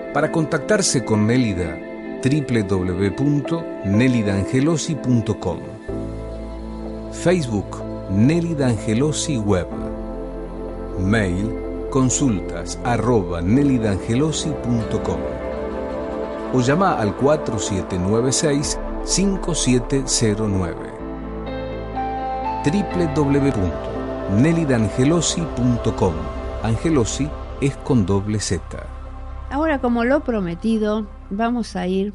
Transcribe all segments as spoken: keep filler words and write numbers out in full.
Para contactarse con Nélida, doble u doble u doble u punto nélida angelosi punto com. Facebook Nélida Angelosi Web. Mail consultas arroba nélida angelosi punto com. O llama al cuatro siete nueve seis cinco siete cero nueve. doble u doble u doble u punto nélida angelosi punto com. Angelosi es con doble Z. Ahora, como lo prometido, vamos a ir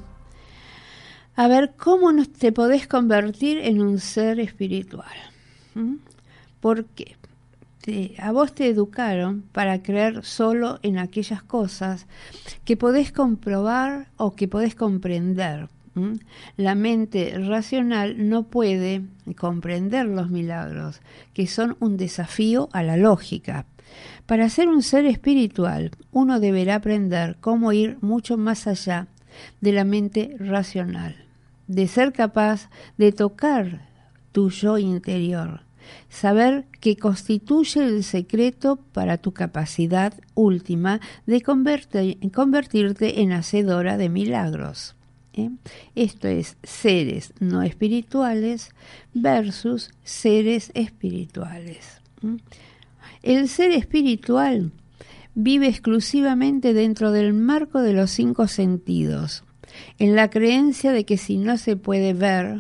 a ver cómo nos, te podés convertir en un ser espiritual. ¿Mm? ¿Por qué? Te, a vos te educaron para creer solo en aquellas cosas que podés comprobar o que podés comprender. ¿Mm? La mente racional no puede comprender los milagros, que son un desafío a la lógica. Para ser un ser espiritual, uno deberá aprender cómo ir mucho más allá de la mente racional, de ser capaz de tocar tu yo interior, saber que constituye el secreto para tu capacidad última de convertir, convertirte en hacedora de milagros. ¿Eh? Esto es seres no espirituales versus seres espirituales. ¿Mm? El ser espiritual vive exclusivamente dentro del marco de los cinco sentidos, en la creencia de que si no se puede ver,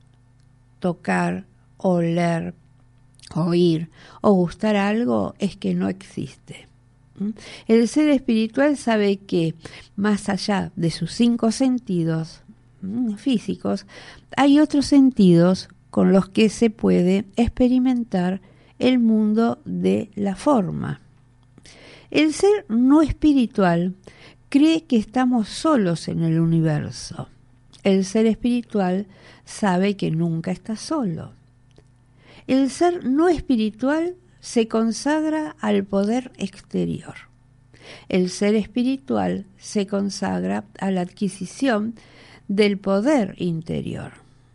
tocar, oler, oír o gustar algo, es que no existe. El ser espiritual sabe que, más allá de sus cinco sentidos físicos, hay otros sentidos con los que se puede experimentar el mundo de la forma. El ser no espiritual cree que estamos solos en el universo. El ser espiritual sabe que nunca está solo. El ser no espiritual se consagra al poder exterior. El ser espiritual se consagra a la adquisición del poder interior.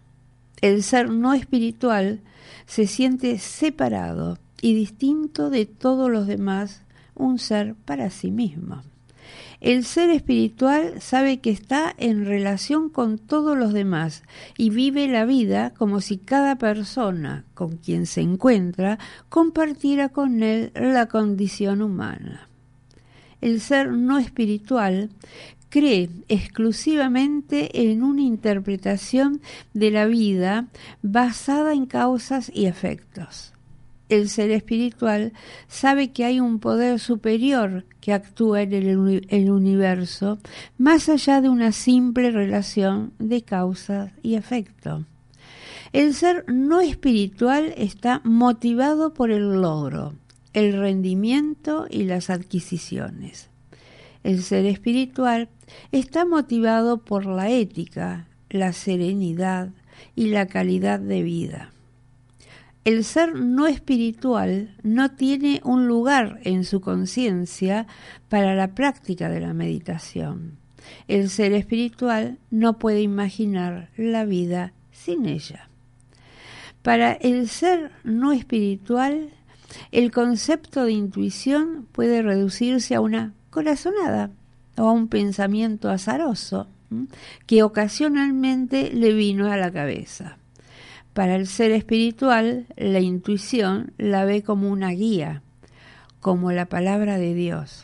El ser no espiritual se siente separado y distinto de todos los demás, un ser para sí mismo. El ser espiritual sabe que está en relación con todos los demás y vive la vida como si cada persona con quien se encuentra compartiera con él la condición humana. El ser no espiritual cree exclusivamente en una interpretación de la vida basada en causas y efectos. El ser espiritual sabe que hay un poder superior que actúa en el, uni- el universo más allá de una simple relación de causas y efecto. El ser no espiritual está motivado por el logro, el rendimiento y las adquisiciones. El ser espiritual está motivado por la ética, la serenidad y la calidad de vida. El ser no espiritual no tiene un lugar en su conciencia para la práctica de la meditación. El ser espiritual no puede imaginar la vida sin ella. Para el ser no espiritual, el concepto de intuición puede reducirse a una corazonada o a un pensamiento azaroso ¿m? que ocasionalmente le vino a la cabeza. Para el ser espiritual, la intuición la ve como una guía, como la palabra de Dios.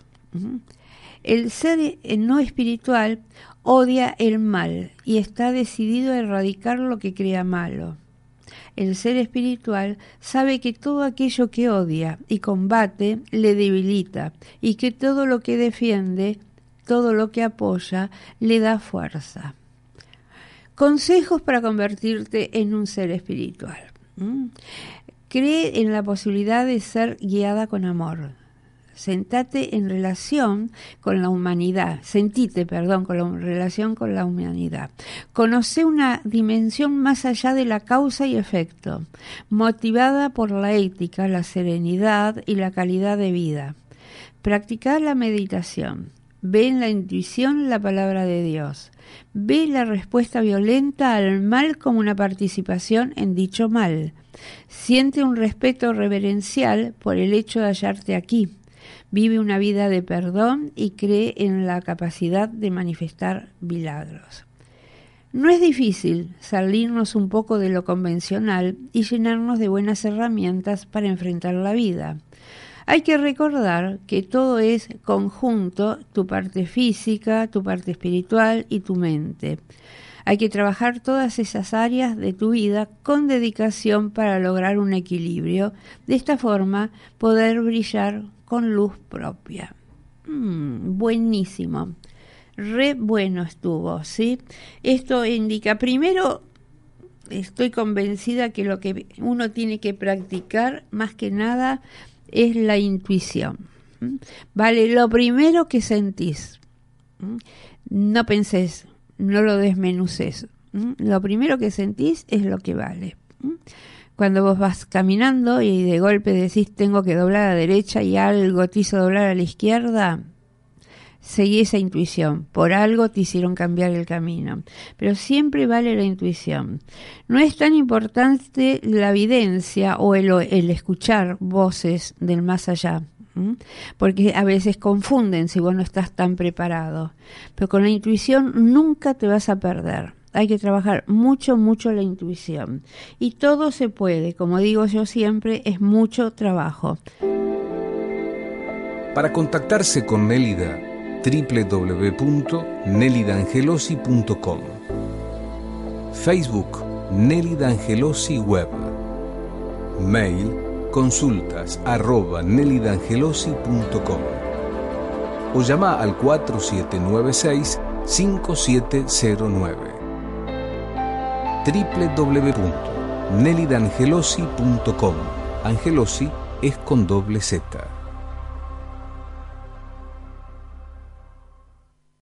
El ser no espiritual odia el mal y está decidido a erradicar lo que crea malo. El ser espiritual sabe que todo aquello que odia y combate le debilita y que todo lo que defiende, todo lo que apoya, le da fuerza. Consejos para convertirte en un ser espiritual. ¿Mm? Cree en la posibilidad de ser guiada con amor. Sentate en relación con la humanidad. Sentite, perdón, con la relación con la humanidad. Conoce una dimensión más allá de la causa y efecto, motivada por la ética, la serenidad y la calidad de vida. Practicar la meditación. Ve en la intuición la palabra de Dios. Ve la respuesta violenta al mal como una participación en dicho mal. Siente un respeto reverencial por el hecho de hallarte aquí. Vive una vida de perdón y cree en la capacidad de manifestar milagros. No es difícil salirnos un poco de lo convencional y llenarnos de buenas herramientas para enfrentar la vida. Hay que recordar que todo es conjunto, tu parte física, tu parte espiritual y tu mente. Hay que trabajar todas esas áreas de tu vida con dedicación para lograr un equilibrio. De esta forma, poder brillar con luz propia. Mm, buenísimo. Re bueno estuvo, ¿sí? Esto indica, primero, estoy convencida que lo que uno tiene que practicar, más que nada, es la intuición. ¿Mm? Vale, lo primero que sentís. ¿Mm? No pensés, no lo desmenuces. ¿Mm? Lo primero que sentís es lo que vale. ¿Mm? Cuando vos vas caminando y de golpe decís tengo que doblar a la derecha y algo te hizo doblar a la izquierda, seguí esa intuición. Por algo te hicieron cambiar el camino. Pero siempre vale la intuición. No es tan importante la evidencia o el, el escuchar voces del más allá, ¿m? Porque a veces confunden si vos no estás tan preparado. Pero con la intuición nunca te vas a perder. Hay que trabajar mucho, mucho la intuición. Y todo se puede, como digo yo siempre, es mucho trabajo. Para contactarse con Nélida, doble u doble u doble u punto nélida angelosi punto com. Facebook Nélida Angelosi Web. Mail consultas arroba nélida angelosi punto com. O llama al cuatro siete nueve seis cinco siete cero nueve. doble u doble u doble u punto nélida angelosi punto com. Angelosi es con doble Z.